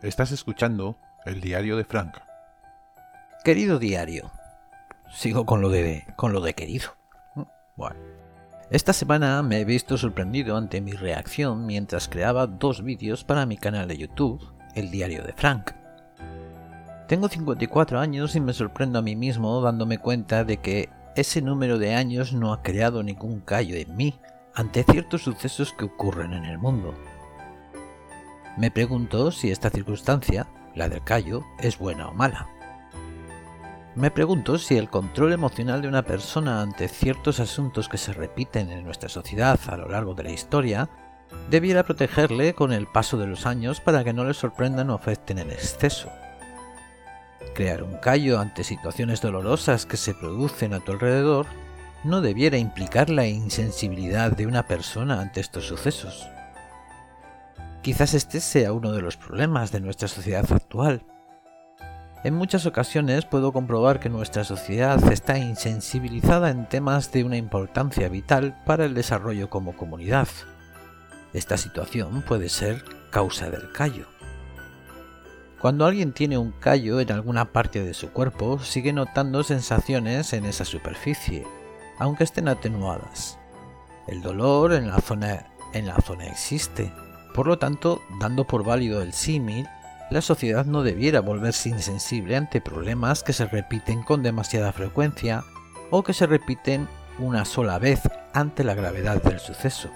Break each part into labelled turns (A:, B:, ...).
A: Estás escuchando el diario de Frank.
B: Querido diario. Sigo con lo de querido. Bueno. Esta semana me he visto sorprendido ante mi reacción mientras creaba 2 vídeos para mi canal de YouTube, el diario de Frank. Tengo 54 años y me sorprendo a mí mismo dándome cuenta de que ese número de años no ha creado ningún callo en mí ante ciertos sucesos que ocurren en el mundo. Me pregunto si esta circunstancia, la del callo, es buena o mala. Me pregunto si el control emocional de una persona ante ciertos asuntos que se repiten en nuestra sociedad a lo largo de la historia debiera protegerle con el paso de los años para que no le sorprendan o afecten en exceso. Crear un callo ante situaciones dolorosas que se producen a tu alrededor no debiera implicar la insensibilidad de una persona ante estos sucesos. Quizás este sea uno de los problemas de nuestra sociedad actual. En muchas ocasiones puedo comprobar que nuestra sociedad está insensibilizada en temas de una importancia vital para el desarrollo como comunidad. Esta situación puede ser causa del callo. Cuando alguien tiene un callo en alguna parte de su cuerpo, sigue notando sensaciones en esa superficie, aunque estén atenuadas. El dolor en la zona existe. Por lo tanto, dando por válido el símil, la sociedad no debiera volverse insensible ante problemas que se repiten con demasiada frecuencia o que se repiten una sola vez ante la gravedad del suceso.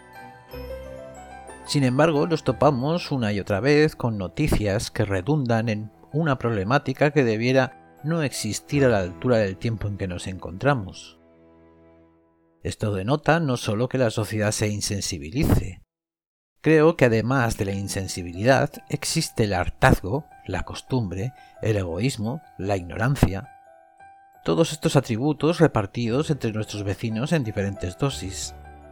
B: Sin embargo, nos topamos una y otra vez con noticias que redundan en una problemática que debiera no existir a la altura del tiempo en que nos encontramos. Esto denota no solo que la sociedad se insensibilice. Creo que además de la insensibilidad existe el hartazgo, la costumbre, el egoísmo, la ignorancia. Todos estos atributos repartidos entre nuestros vecinos en diferentes dosis.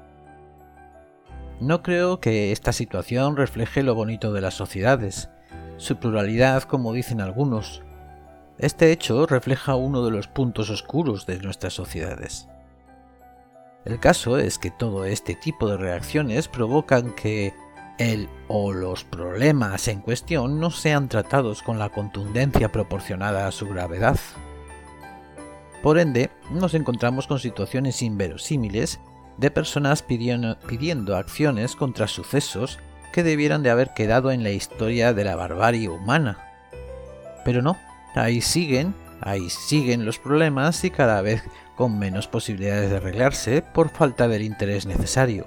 B: No creo que esta situación refleje lo bonito de las sociedades, su pluralidad como dicen algunos. Este hecho refleja uno de los puntos oscuros de nuestras sociedades. El caso es que todo este tipo de reacciones provocan que el o los problemas en cuestión no sean tratados con la contundencia proporcionada a su gravedad. Por ende, nos encontramos con situaciones inverosímiles de personas pidiendo acciones contra sucesos que debieran de haber quedado en la historia de la barbarie humana. Pero no, ahí siguen los problemas y cada vez con menos posibilidades de arreglarse por falta del interés necesario.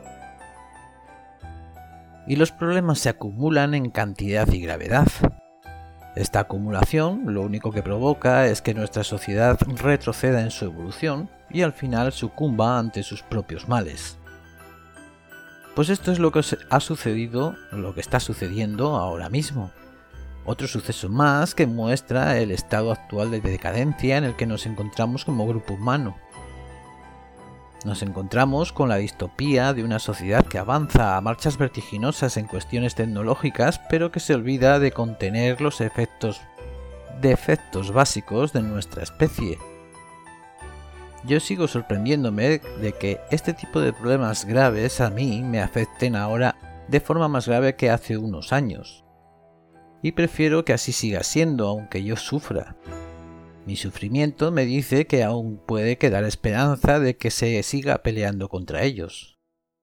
B: Y los problemas se acumulan en cantidad y gravedad. Esta acumulación lo único que provoca es que nuestra sociedad retroceda en su evolución y al final sucumba ante sus propios males. Pues esto es lo que está sucediendo ahora mismo. Otro suceso más que muestra el estado actual de decadencia en el que nos encontramos como grupo humano. Nos encontramos con la distopía de una sociedad que avanza a marchas vertiginosas en cuestiones tecnológicas, pero que se olvida de contener los defectos básicos de nuestra especie. Yo sigo sorprendiéndome de que este tipo de problemas graves a mí me afecten ahora de forma más grave que hace unos años. Y prefiero que así siga siendo, aunque yo sufra. Mi sufrimiento me dice que aún puede quedar esperanza de que se siga peleando contra ellos.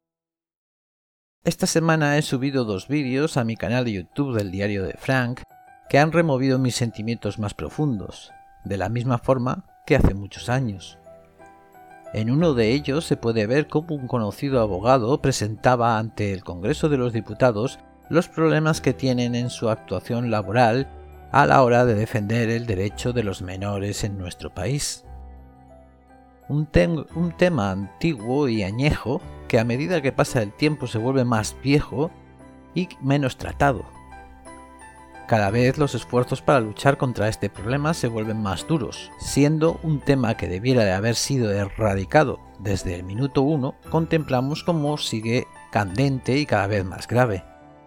B: Esta semana he subido 2 vídeos a mi canal de YouTube del diario de Frank que han removido mis sentimientos más profundos, de la misma forma que hace muchos años. En uno de ellos se puede ver cómo un conocido abogado presentaba ante el Congreso de los Diputados los problemas que tienen en su actuación laboral a la hora de defender el derecho de los menores en nuestro país. Un tema antiguo y añejo que a medida que pasa el tiempo se vuelve más viejo y menos tratado. Cada vez los esfuerzos para luchar contra este problema se vuelven más duros, siendo un tema que debiera de haber sido erradicado desde el minuto 1, contemplamos cómo sigue candente y cada vez más grave.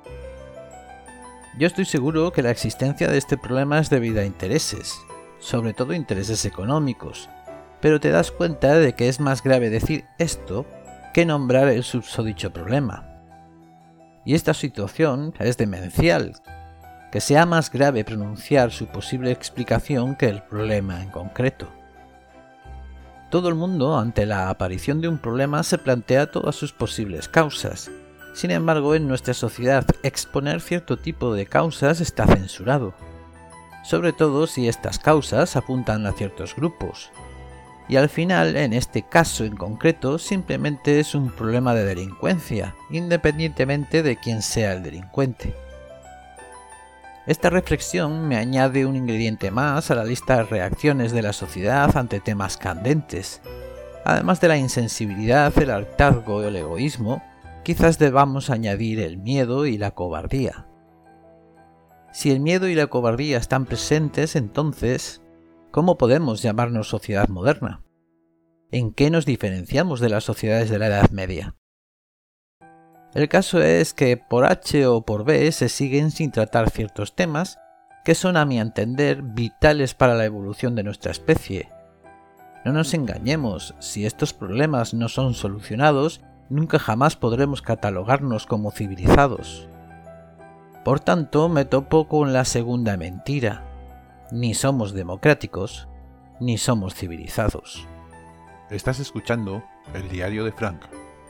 B: Yo estoy seguro que la existencia de este problema es debido a intereses, sobre todo intereses económicos, pero te das cuenta de que es más grave decir esto que nombrar el susodicho problema. Y esta situación es demencial, que sea más grave pronunciar su posible explicación que el problema en concreto. Todo el mundo, ante la aparición de un problema, se plantea todas sus posibles causas. Sin embargo, en nuestra sociedad, exponer cierto tipo de causas está censurado, sobre todo si estas causas apuntan a ciertos grupos. Y al final, en este caso en concreto, simplemente es un problema de delincuencia, independientemente de quién sea el delincuente. Esta reflexión me añade un ingrediente más a la lista de reacciones de la sociedad ante temas candentes. Además de la insensibilidad, el hartazgo y el egoísmo, quizás debamos añadir el miedo y la cobardía. Si el miedo y la cobardía están presentes, entonces, ¿cómo podemos llamarnos sociedad moderna? ¿En qué nos diferenciamos de las sociedades de la Edad Media? El caso es que por H o por B se siguen sin tratar ciertos temas que son, a mi entender, vitales para la evolución de nuestra especie. No nos engañemos, si estos problemas no son solucionados, nunca jamás podremos catalogarnos como civilizados. Por tanto, me topo con la segunda mentira. Ni somos democráticos, ni somos civilizados.
A: Estás escuchando el diario de Frank.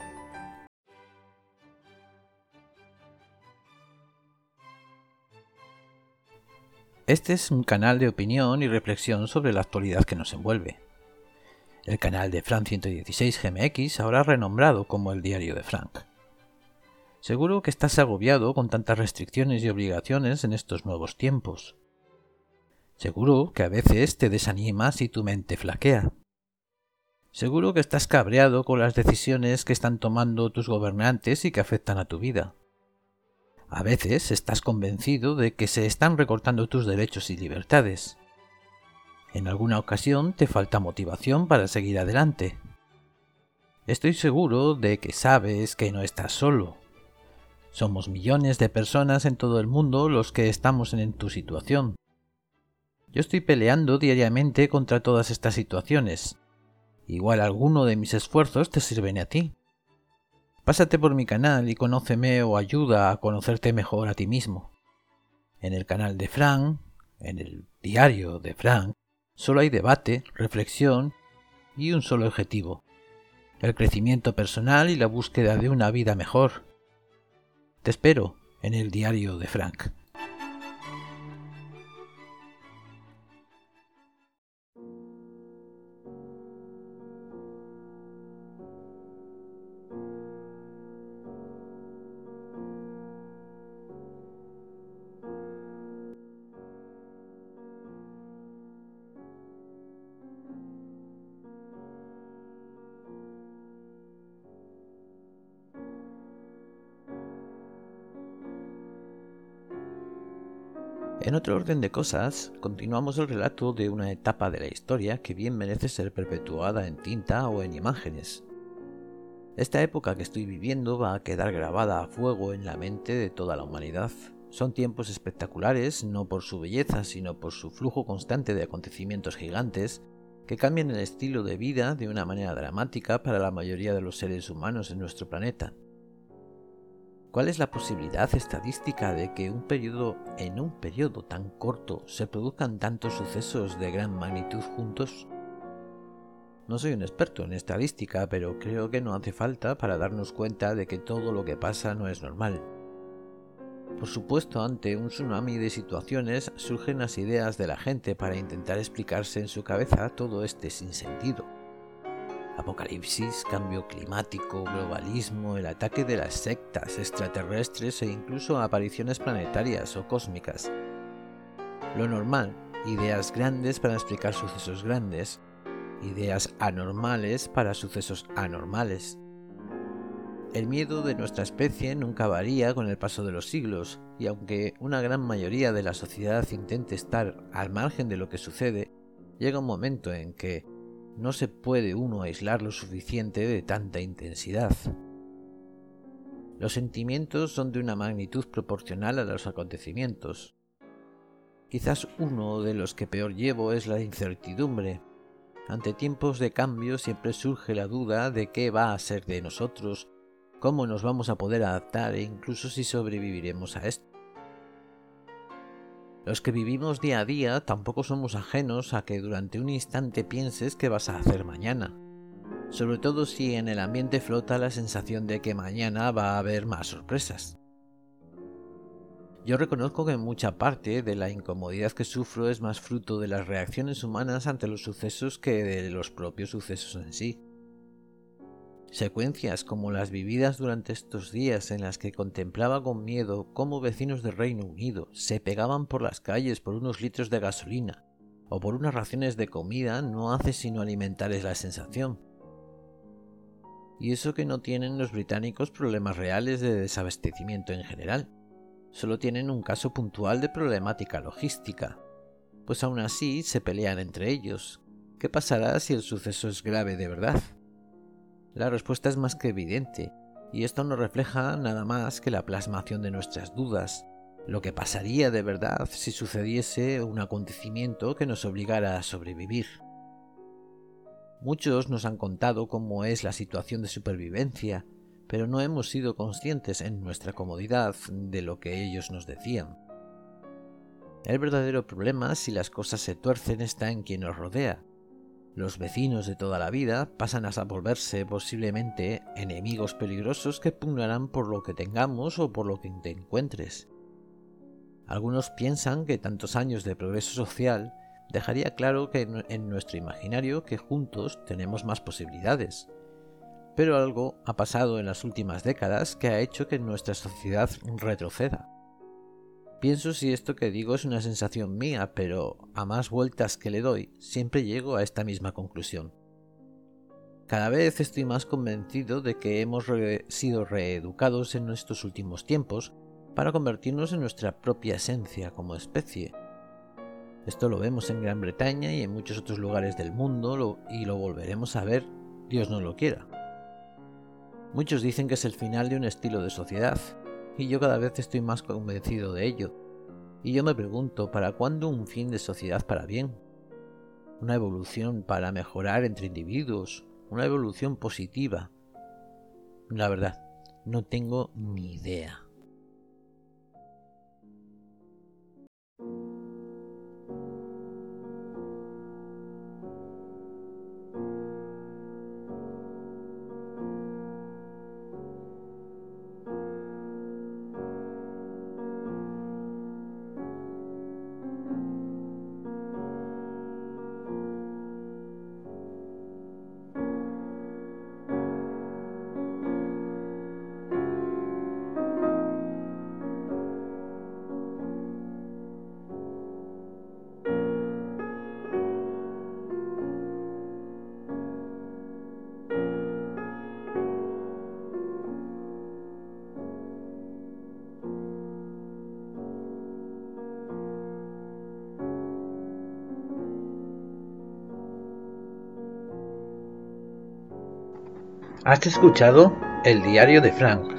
B: Este es un canal de opinión y reflexión sobre la actualidad que nos envuelve. El canal de Frank 116 GMX ahora renombrado como el diario de Frank. Seguro que estás agobiado con tantas restricciones y obligaciones en estos nuevos tiempos. Seguro que a veces te desanimas y tu mente flaquea. Seguro que estás cabreado con las decisiones que están tomando tus gobernantes y que afectan a tu vida. A veces estás convencido de que se están recortando tus derechos y libertades. En alguna ocasión te falta motivación para seguir adelante. Estoy seguro de que sabes que no estás solo. Somos millones de personas en todo el mundo los que estamos en tu situación. Yo estoy peleando diariamente contra todas estas situaciones. Igual alguno de mis esfuerzos te sirven a ti. Pásate por mi canal y conóceme o ayuda a conocerte mejor a ti mismo. En el canal de Frank, en el diario de Frank, solo hay debate, reflexión y un solo objetivo: el crecimiento personal y la búsqueda de una vida mejor. Te espero en el diario de Frank. En otro orden de cosas, continuamos el relato de una etapa de la historia que bien merece ser perpetuada en tinta o en imágenes. Esta época que estoy viviendo va a quedar grabada a fuego en la mente de toda la humanidad. Son tiempos espectaculares, no por su belleza, sino por su flujo constante de acontecimientos gigantes que cambian el estilo de vida de una manera dramática para la mayoría de los seres humanos en nuestro planeta. ¿Cuál es la posibilidad estadística de que en un periodo tan corto se produzcan tantos sucesos de gran magnitud juntos? No soy un experto en estadística, pero creo que no hace falta para darnos cuenta de que todo lo que pasa no es normal. Por supuesto, ante un tsunami de situaciones surgen las ideas de la gente para intentar explicarse en su cabeza todo este sinsentido. Apocalipsis, cambio climático, globalismo, el ataque de las sectas extraterrestres e incluso apariciones planetarias o cósmicas. Lo normal, ideas grandes para explicar sucesos grandes, ideas anormales para sucesos anormales. El miedo de nuestra especie nunca varía con el paso de los siglos, y aunque una gran mayoría de la sociedad intente estar al margen de lo que sucede, llega un momento en que no se puede uno aislar lo suficiente de tanta intensidad. Los sentimientos son de una magnitud proporcional a los acontecimientos. Quizás uno de los que peor llevo es la incertidumbre. Ante tiempos de cambio siempre surge la duda de qué va a ser de nosotros, cómo nos vamos a poder adaptar e incluso si sobreviviremos a esto. Los que vivimos día a día tampoco somos ajenos a que durante un instante pienses qué vas a hacer mañana, sobre todo si en el ambiente flota la sensación de que mañana va a haber más sorpresas. Yo reconozco que mucha parte de la incomodidad que sufro es más fruto de las reacciones humanas ante los sucesos que de los propios sucesos en sí. Secuencias como las vividas durante estos días en las que contemplaba con miedo cómo vecinos del Reino Unido se pegaban por las calles por unos litros de gasolina o por unas raciones de comida no hace sino alimentar esa sensación. Y eso que no tienen los británicos problemas reales de desabastecimiento en general. Solo tienen un caso puntual de problemática logística, pues aún así se pelean entre ellos. ¿Qué pasará si el suceso es grave de verdad? La respuesta es más que evidente, y esto no refleja nada más que la plasmación de nuestras dudas, lo que pasaría de verdad si sucediese un acontecimiento que nos obligara a sobrevivir. Muchos nos han contado cómo es la situación de supervivencia, pero no hemos sido conscientes en nuestra comodidad de lo que ellos nos decían. El verdadero problema, si las cosas se tuercen, está en quien nos rodea. Los vecinos de toda la vida pasan a volverse posiblemente enemigos peligrosos que pugnarán por lo que tengamos o por lo que te encuentres. Algunos piensan que tantos años de progreso social dejaría claro que en nuestro imaginario que juntos tenemos más posibilidades. Pero algo ha pasado en las últimas décadas que ha hecho que nuestra sociedad retroceda. Pienso si esto que digo es una sensación mía, pero a más vueltas que le doy, siempre llego a esta misma conclusión. Cada vez estoy más convencido de que hemos sido reeducados en estos últimos tiempos para convertirnos en nuestra propia esencia como especie. Esto lo vemos en Gran Bretaña y en muchos otros lugares del mundo y lo volveremos a ver, Dios no lo quiera. Muchos dicen que es el final de un estilo de sociedad, y yo cada vez estoy más convencido de ello. Y yo me pregunto, ¿para cuándo un fin de sociedad para bien? Una evolución para mejorar entre individuos, una evolución positiva. La verdad, no tengo ni idea.
C: Has escuchado El diario de Frank,